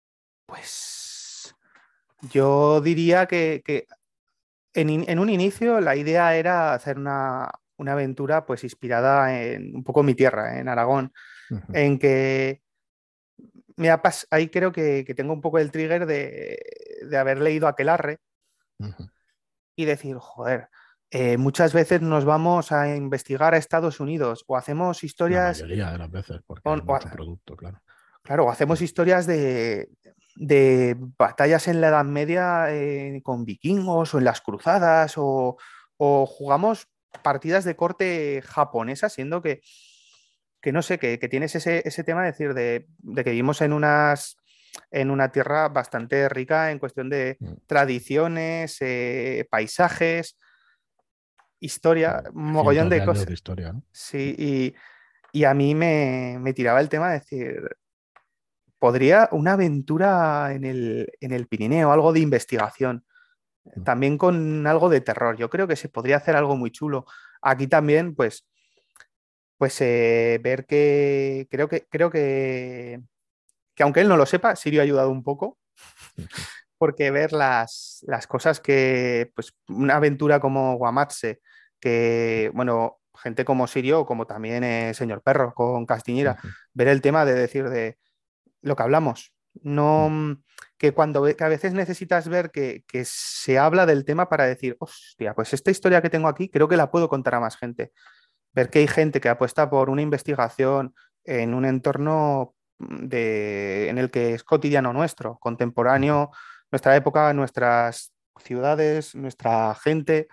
Pues yo diría que, que en, in- en un inicio la idea era hacer una, una aventura pues inspirada en un poco mi tierra, en Aragón, Ujú, en que me ha pas- ahí creo que, que tengo un poco el trigger de, de haber leído Aquelarre ujú. y decir, joder, eh, muchas veces nos vamos a investigar a Estados Unidos o hacemos La historias, mayoría de las veces, porque hay con- o mucho ha- producto, claro. claro, o hacemos historias de, de batallas en la Edad Media eh, con vikingos o en las cruzadas o, o jugamos partidas de corte japonesa, siendo que, que no sé, que, que tienes ese, ese tema de decir de, de que vivimos en unas en una tierra bastante rica en cuestión de Mm, tradiciones, eh, paisajes, historia, mm. un mogollón Cientos de de años cosas. de historia, ¿no? Sí, y, y a mí me, me tiraba el tema de decir, podría una aventura en el, en el Pirineo, algo de investigación, Mm, también con algo de terror. Yo creo que se podría hacer algo muy chulo. Aquí también, pues, pues eh, ver que creo que creo que, que aunque él no lo sepa, Sirio ha ayudado un poco, ujú, porque ver las, las cosas que, pues, una aventura como Guamatse, que, bueno, gente como Sirio, como también eh, Señor Perro con Castiñera, ujú, ver el tema de decir de lo que hablamos. No, mm. mm, que cuando ve- que a veces necesitas ver que, que se habla del tema para decir, hostia, pues esta historia que tengo aquí creo que la puedo contar a más gente. Ver que hay gente que apuesta por una investigación en un entorno mm, de, en el que es cotidiano nuestro, contemporáneo, nuestra época, nuestras ciudades, nuestra gente.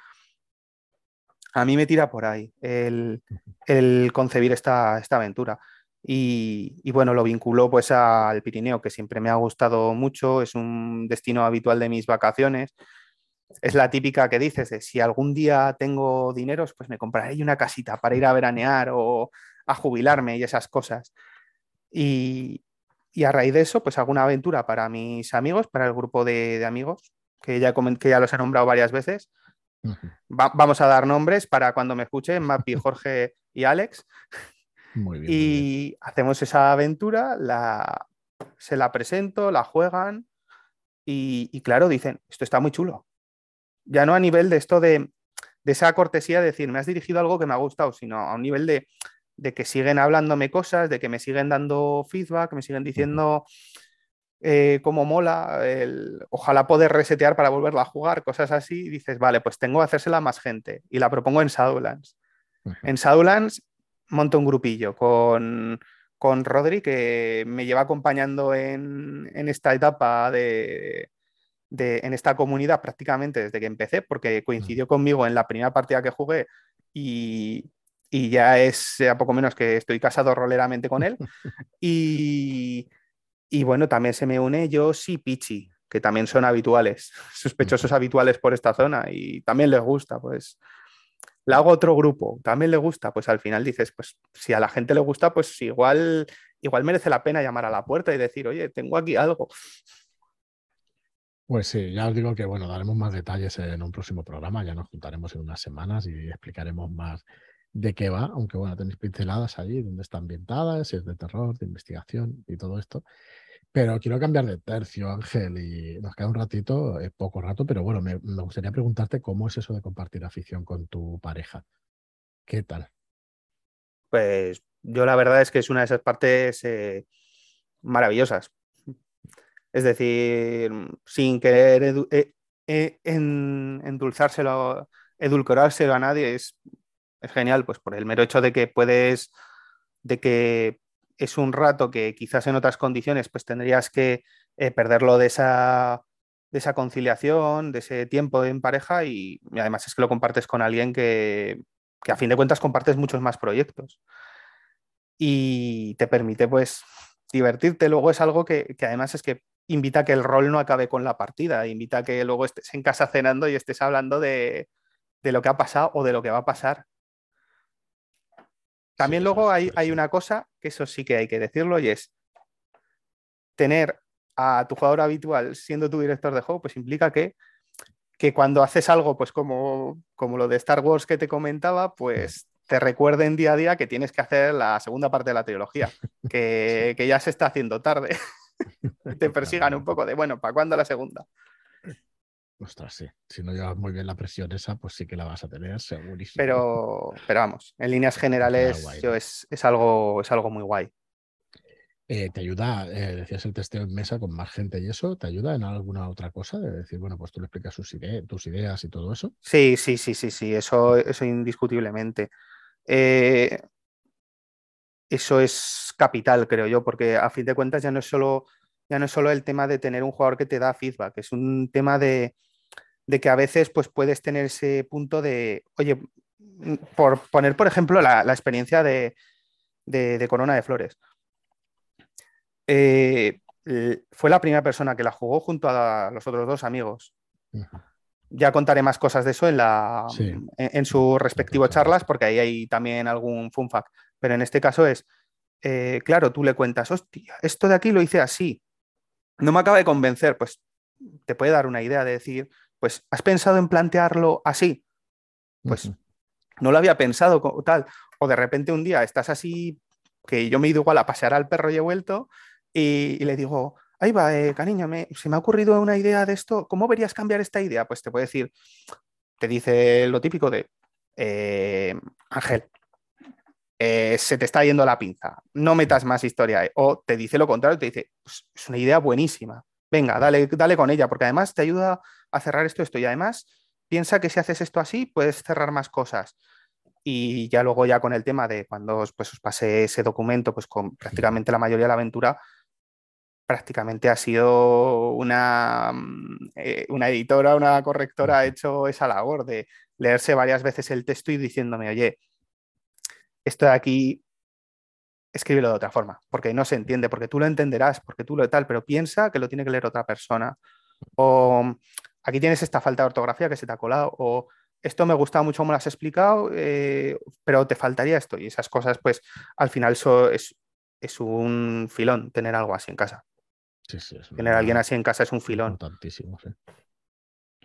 A mí me tira por ahí el, el concebir esta, esta aventura. Y, y bueno, lo vinculó pues al Pirineo, que siempre me ha gustado mucho, es un destino habitual de mis vacaciones. Es la típica que dices de si algún día tengo dineros, pues me compraré una casita para ir a veranear o a jubilarme y esas cosas. Y, y a raíz de eso, pues hago una aventura para mis amigos, para el grupo de, de amigos, que ya, comen- que ya los he nombrado varias veces. Ujú. Va- vamos a dar nombres para cuando me escuchen, Mapi, Jorge, y Alex, Muy bien, muy bien. y hacemos esa aventura, la, se la presento, la juegan y, y claro, dicen, esto está muy chulo. Ya no a nivel de esto de, de esa cortesía de decir, me has dirigido algo que me ha gustado, sino a un nivel de, de que siguen hablándome cosas, de que me siguen dando feedback, me siguen Ujú. diciendo eh, cómo mola, el, ojalá poder resetear para volverla a jugar, cosas así, y dices, vale, pues tengo que hacérsela a más gente y la propongo en Shadowlands. Ujú. En Shadowlands monto un grupillo con, con Rodri que me lleva acompañando en, en esta etapa de, de, en esta comunidad prácticamente desde que empecé, porque Ujú. coincidió conmigo en la primera partida que jugué y, y ya es a poco menos que estoy casado roleramente con él. Y, y bueno, también se me une Josh y Pichi, que también son habituales, Ujú. sospechosos habituales por esta zona y también les gusta, pues le hago otro grupo, también le gusta, pues al final dices, pues si a la gente le gusta, pues igual, igual merece la pena llamar a la puerta y decir, oye, tengo aquí algo. Pues sí, ya os digo que bueno, daremos más detalles en un próximo programa, ya nos juntaremos en unas semanas y explicaremos más de qué va, aunque bueno, tenéis pinceladas allí, donde está ambientada, si es de terror, de investigación y todo esto. Pero quiero cambiar de tercio, Ángel, y nos queda un ratito, eh, poco rato, pero bueno, me, me gustaría preguntarte cómo es eso de compartir afición con tu pareja. ¿Qué tal? Pues yo la verdad es que es una de esas partes eh, maravillosas. Es decir, sin querer edu- eh, eh, en- endulzárselo, edulcorárselo a nadie, es, es genial, pues por el mero hecho de que puedes, de que es un rato que quizás en otras condiciones pues tendrías que eh, perderlo de esa, de esa conciliación, de ese tiempo en pareja y, y además es que lo compartes con alguien que, que a fin de cuentas compartes muchos más proyectos y te permite pues divertirte. Luego es algo que, que además es que invita a que el rol no acabe con la partida, invita a que luego estés en casa cenando y estés hablando de, de lo que ha pasado o de lo que va a pasar. Sí, También eso luego es hay, hay interesante. una cosa que eso sí que hay que decirlo y es tener a tu jugador habitual siendo tu director de juego, pues implica que, que cuando haces algo, pues como, como lo de Star Wars que te comentaba, Mm. pues te recuerden día a día que tienes que hacer la segunda parte de la trilogía, Sí, que, que ya se está haciendo tarde. Y te claro, persigan un claro. poco de, bueno, ¿para cuándo la segunda? Ostras, sí. Si no llevas muy bien la presión esa, pues sí que la vas a tener segurísimo. Pero, pero vamos, en líneas Al final, generales, guay, yo ¿no? es, es algo, es algo muy guay. Eh, ¿te ayuda, eh, decías el testeo en mesa con más gente y eso? ¿Te ayuda en alguna otra cosa? De decir, bueno, pues tú le explicas sus ide- tus ideas y todo eso. Sí, sí, sí, sí, sí, eso, eso indiscutiblemente. Eh, eso es capital, creo yo, porque a fin de cuentas ya no es solo, ya no es solo el tema de tener un jugador que te da feedback, es un tema de, de que a veces pues, puedes tener ese punto de, oye, mm, por poner, por ejemplo, la, la experiencia de, de, de Corona de Flores. Eh, l- fue la primera persona que la jugó junto a los otros dos amigos. Ujú. Ya contaré más cosas de eso en, la, Sí, en, en mm, sus la respectivos próxima, charlas, sí. porque ahí hay también algún fun fact. Pero en este caso es, eh, claro, tú le cuentas, hostia, esto de aquí lo hice así, no me acaba de convencer, pues te puede dar una idea de decir, pues has pensado en plantearlo así, pues Ujú. no lo había pensado co- tal, o de repente un día estás así, que yo me he ido igual a pasear al perro y he vuelto, y, y le digo, ahí va, eh, cariño, me, se me ha ocurrido una idea de esto, ¿cómo verías cambiar esta idea? Pues te puede decir, te dice lo típico de, eh, Ángel, eh, se te está yendo la pinza, no Mm. metas más historia, eh. O te dice lo contrario, te dice, pues, es una idea buenísima, venga, dale, dale con ella, porque además te ayuda a cerrar esto, esto, y además piensa que si haces esto así, puedes cerrar más cosas. Y ya luego ya con el tema de cuando os, pues, os pasé ese documento, pues con prácticamente la mayoría de la aventura, prácticamente ha sido una, mm, eh, una editora, una correctora, ha Ujú. hecho esa labor de leerse varias veces el texto y diciéndome, oye, esto de aquí, escríbelo de otra forma, porque no se entiende, porque tú lo entenderás, porque tú lo tal, pero piensa que lo tiene que leer otra persona. O aquí tienes esta falta de ortografía que se te ha colado, o esto me gusta mucho como lo has explicado, eh, pero te faltaría esto. Y esas cosas, pues al final so- es, es un filón tener algo así en casa. Sí, sí, es una Tener a alguien ayuda así en casa es un filón. importantísimo, sí.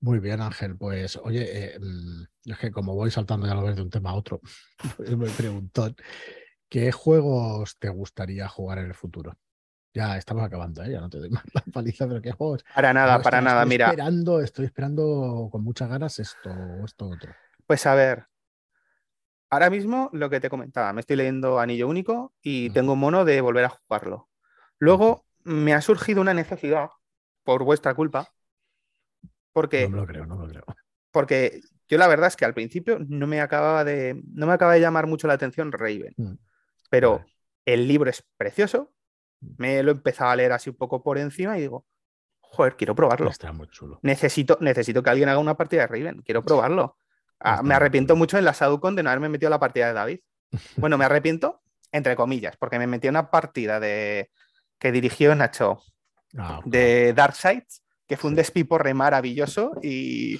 Muy bien, Ángel. Pues oye, eh, mm, es que como voy saltando ya lo ves de un tema a otro, pues me preguntó, ¿qué juegos te gustaría jugar en el futuro? Ya estamos acabando, ¿eh? Ya no te doy más la paliza, pero ¿qué juegos? Para Digo, nada, para "Hostia, nada. estoy Mira, esperando, estoy esperando con muchas ganas esto o esto otro". pues a ver, ahora mismo lo que te comentaba, me estoy leyendo Anillo Único y Ujú, tengo mono de volver a jugarlo. ujú. Luego me ha surgido una necesidad, por vuestra culpa, No porque, me lo creo, no me lo creo. porque yo la verdad es que al principio no me acababa de, no me acaba de llamar mucho la atención Raven, Mm, pero vale, el libro es precioso, me lo he empezado a leer así un poco por encima y digo, joder, quiero probarlo. está muy chulo. Necesito, necesito que alguien haga una partida de Raven, quiero probarlo. Ah, me Está muy arrepiento chulo. mucho en la Shadowcon de no haberme metido a la partida de David. Bueno, me arrepiento, entre comillas, porque me metí a una partida de que dirigió Nacho Ah, ah, de Darkseid, que fue un sí. despiporre maravilloso y,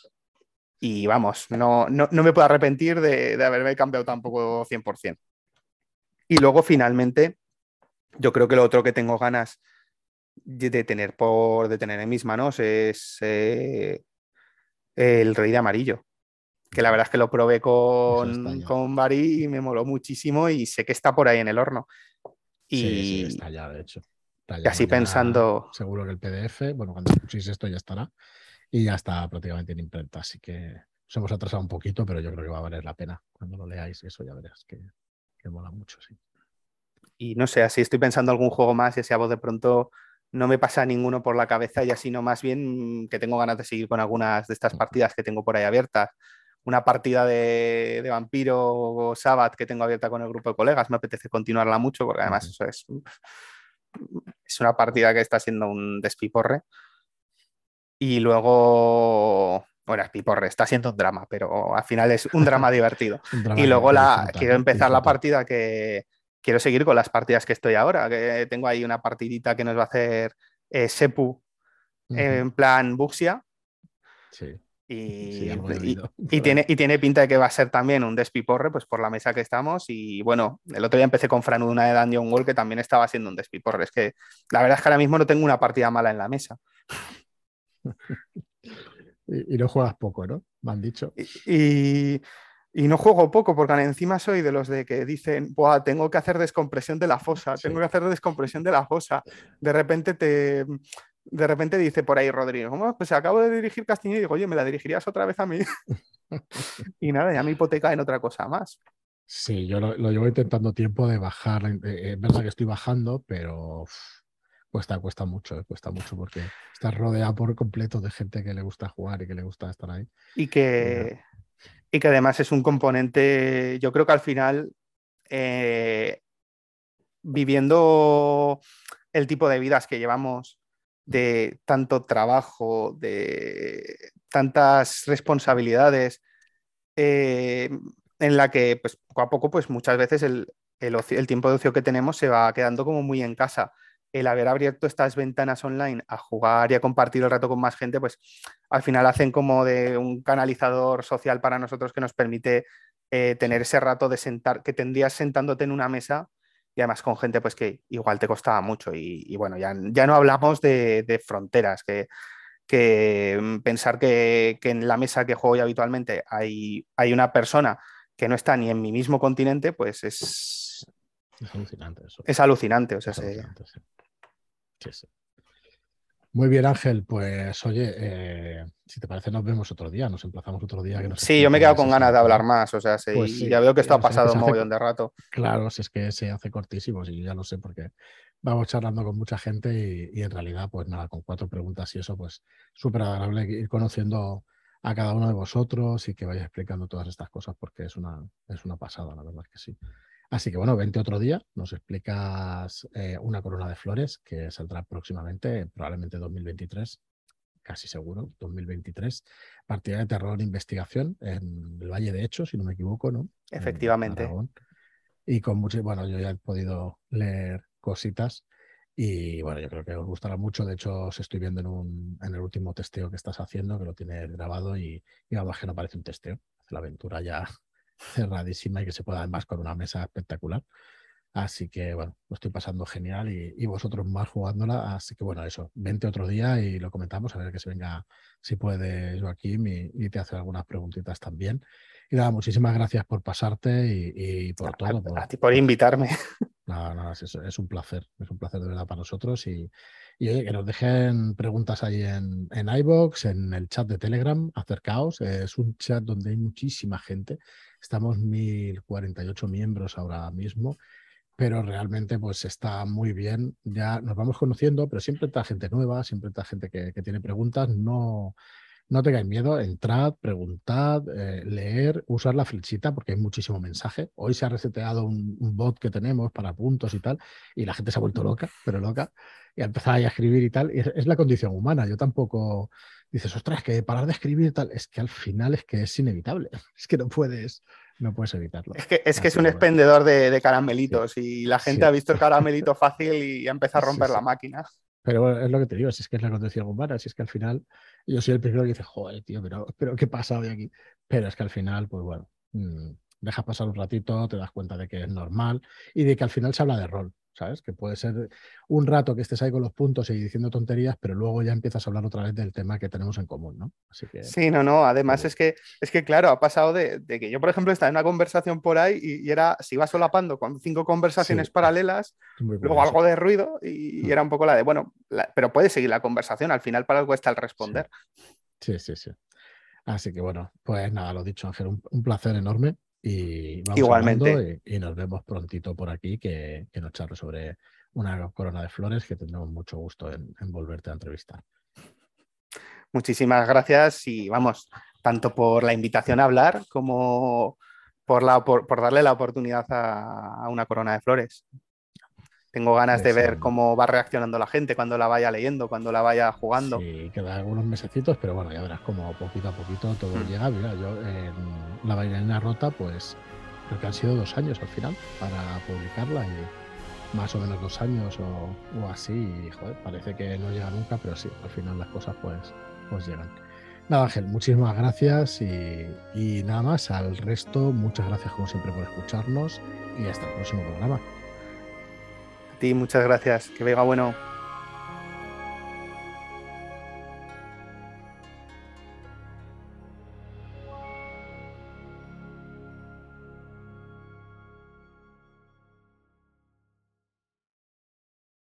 y vamos, no, no, no, me puedo arrepentir de, de haberme cambiado tampoco cien por ciento. Y luego finalmente, yo creo que lo otro que tengo ganas de tener, por, de tener en mis manos es eh, el Rey de Amarillo, que la verdad es que lo probé Eso está con, ya. con Bari y me moló muchísimo y sé que está por ahí en el horno. Sí, sí, Y, está ya, de hecho. Está y ya así mañana, pensando, seguro que el P D F, bueno, cuando escuchéis esto ya estará y ya está prácticamente en imprenta, así que nos hemos atrasado un poquito, pero yo creo que va a valer la pena cuando lo leáis, eso ya verás que, que mola mucho, sí. y no sé, así estoy pensando algún juego más y así a vos de pronto no me pasa ninguno por la cabeza y así no, más bien que tengo ganas de seguir con algunas de estas partidas que tengo por ahí abiertas. Una partida de, de Vampiro o Sabbath que tengo abierta con el grupo de colegas, me apetece continuarla mucho porque además Ujú. eso es, es una partida que está siendo un despiporre. Y luego, bueno, es piporre, está siendo un drama, pero al final es un drama divertido. Un Y drama que, luego que la, disfrutas, quiero ¿no? Que empezar la disfrutas. partida que quiero seguir con las partidas que estoy ahora, que tengo ahí una partidita que nos va a hacer eh, Sepu Ujú. en plan Buxia Sí, sí, y, algo he y, oído y por ahí. tiene, y tiene pinta de que va a ser también un despiporre, pues por la mesa que estamos. Y bueno, el otro día empecé con Fran una de Dungeon World que también estaba siendo un despiporre. Es que la verdad es que ahora mismo no tengo una partida mala en la mesa. Y, y no juegas poco, ¿no? Me han dicho. Y, y no juego poco, porque encima soy de los de que dicen, Buah, tengo que hacer descompresión de la fosa, tengo Sí. que hacer descompresión de la fosa. De repente te. De repente dice por ahí Rodrigo, ¿cómo? Pues acabo de dirigir Castiñón y digo, oye, ¿me la dirigirías otra vez a mí? Y nada, ya me hipoteca en otra cosa más. Sí, yo lo, lo llevo intentando tiempo de bajar. eh, eh, Es verdad que estoy bajando, pero uf, cuesta, cuesta mucho, eh, cuesta mucho porque estás rodeado por completo de gente que le gusta jugar y que le gusta estar ahí. Y Y nada. que, y que además es un componente, yo creo que al final, eh, viviendo el tipo de vidas que llevamos, de tanto trabajo, de tantas responsabilidades, eh, en la que pues, poco a poco, pues muchas veces el, el, ocio- el tiempo de ocio que tenemos se va quedando como muy en casa. El haber abierto estas ventanas online a jugar y a compartir el rato con más gente, pues al final hacen como de un canalizador social para nosotros que nos permite eh, tener Sí, ese rato de sentar, que tendrías sentándote en una mesa y además con gente pues que igual te costaba mucho. Y, y bueno, ya, ya no hablamos de, de fronteras, que que mm, pensar que, que, en la mesa que juego yo habitualmente hay, hay una persona que no está ni en mi mismo continente, pues es, es alucinante eso. es alucinante. O sea, Es se... alucinante, sí. Sí, sí. Muy bien, Ángel. Pues oye, eh, si te parece, nos vemos otro día, nos emplazamos otro día que nos Sí, yo me he quedado expliques con eso ganas de hablar mejor. más. O sea, Pues sí, sí, ya veo que esto ha o sea, es que pasado se un hace, mogollón de rato. claro, si es que se hace cortísimo, sí, ya lo sé, porque vamos charlando con mucha gente y, y en realidad, pues nada, con cuatro preguntas y eso, pues súper agradable ir conociendo a cada uno de vosotros y que vayáis explicando todas estas cosas, porque es una, es una pasada, la verdad es que sí. Así que bueno, vente otro día, nos explicas eh, Una corona de flores, que saldrá próximamente, probablemente dos mil veintitrés, casi seguro, dos mil veintitrés. Partida de terror e investigación en el Valle de Hecho, si no me equivoco, ¿no? En Efectivamente. Aragón. Y con mucho, bueno, yo ya he podido leer cositas y bueno, yo creo que os gustará mucho. De hecho, os estoy viendo en, un, en el último testeo que estás haciendo, que lo tienes grabado y, y vamos, que no parece un testeo. La aventura ya cerradísima y que se puede además con una mesa espectacular. Así que, bueno, lo estoy pasando genial y, y vosotros más jugándola. Así que, bueno, eso, vente otro día y lo comentamos, a ver que se venga, si puede, Joaquín, y, y te hace algunas preguntitas también. Y nada, muchísimas gracias por pasarte y, y por A, todo, a por, ti por por invitarme. nada, nada, es, es un placer, es un placer de verdad para nosotros. Y, y oye, que nos dejen preguntas ahí en, en iVoox, en el chat de Telegram, acercaos. Es un chat donde hay muchísima gente. Estamos mil cuarenta y ocho miembros ahora mismo, pero realmente pues está muy bien. Ya nos vamos conociendo, pero siempre está gente nueva, siempre está gente que, que tiene preguntas. No, no tengáis miedo, entrad, preguntad, eh, leer, usar la flechita porque hay muchísimo mensaje. Hoy se ha reseteado un, un bot que tenemos para puntos y tal, y la gente se ha vuelto loca, pero loca, y ha empezado ahí a escribir y tal. Y es, es la condición humana. Yo tampoco dices, ostras, que parar de escribir y tal. Es que al final es que es inevitable. Es que no puedes, no puedes evitarlo. Es que, es que es Así un que bueno, expendedor de, de sí, caramelitos y la gente sí, ha visto el caramelito fácil y ha empezado a sí, romper la sí. máquina. Pero bueno, es lo que te digo, si es que es la condición humana, si es que al final yo soy el primero que dice, joder, tío, pero, pero ¿qué pasa hoy aquí? Pero es que al final, pues bueno, mmm, dejas pasar un ratito, te das cuenta de que es normal y de que al final se habla de rol, ¿sabes? Que puede ser un rato que estés ahí con los puntos y diciendo tonterías, pero luego ya empiezas a hablar otra vez del tema que tenemos en común, ¿no? Así que, Sí, no, no. qué Además guay. es que, es que claro, ha pasado de, de que yo, por ejemplo, estaba en una conversación por ahí y, y era, se iba solapando con cinco Sí, conversaciones paralelas, es muy luego curioso. algo de ruido y, y Mm, era un poco la de, bueno, la- pero puedes seguir la conversación, al final para algo está el sí, responder. sí, sí, sí. Así que bueno, pues nada, lo dicho, Ángel, un, un placer enorme y vamos hablando Igualmente, y, y nos vemos prontito por aquí que, que nos charle sobre una corona de flores que tendremos mucho gusto en, en volverte a entrevistar. muchísimas gracias y vamos, tanto por la invitación a hablar como por, la, por, por darle la oportunidad a, a una corona de flores. Tengo ganas de ver Deseando. cómo va reaccionando la gente cuando la vaya leyendo, cuando la vaya jugando. Sí, quedan algunos mesecitos, pero bueno, ya verás como poquito a poquito todo Mm. llega. Mira, yo en La bailarina rota, pues creo que han sido dos años al final para publicarla y más o menos dos años o, o así. Y joder, parece que no llega nunca, pero sí, al final las cosas pues, pues llegan. Nada, Ángel, muchísimas gracias y, y nada más. Al resto, muchas gracias como siempre por escucharnos y hasta el próximo programa. A ti, muchas gracias. Que venga bueno.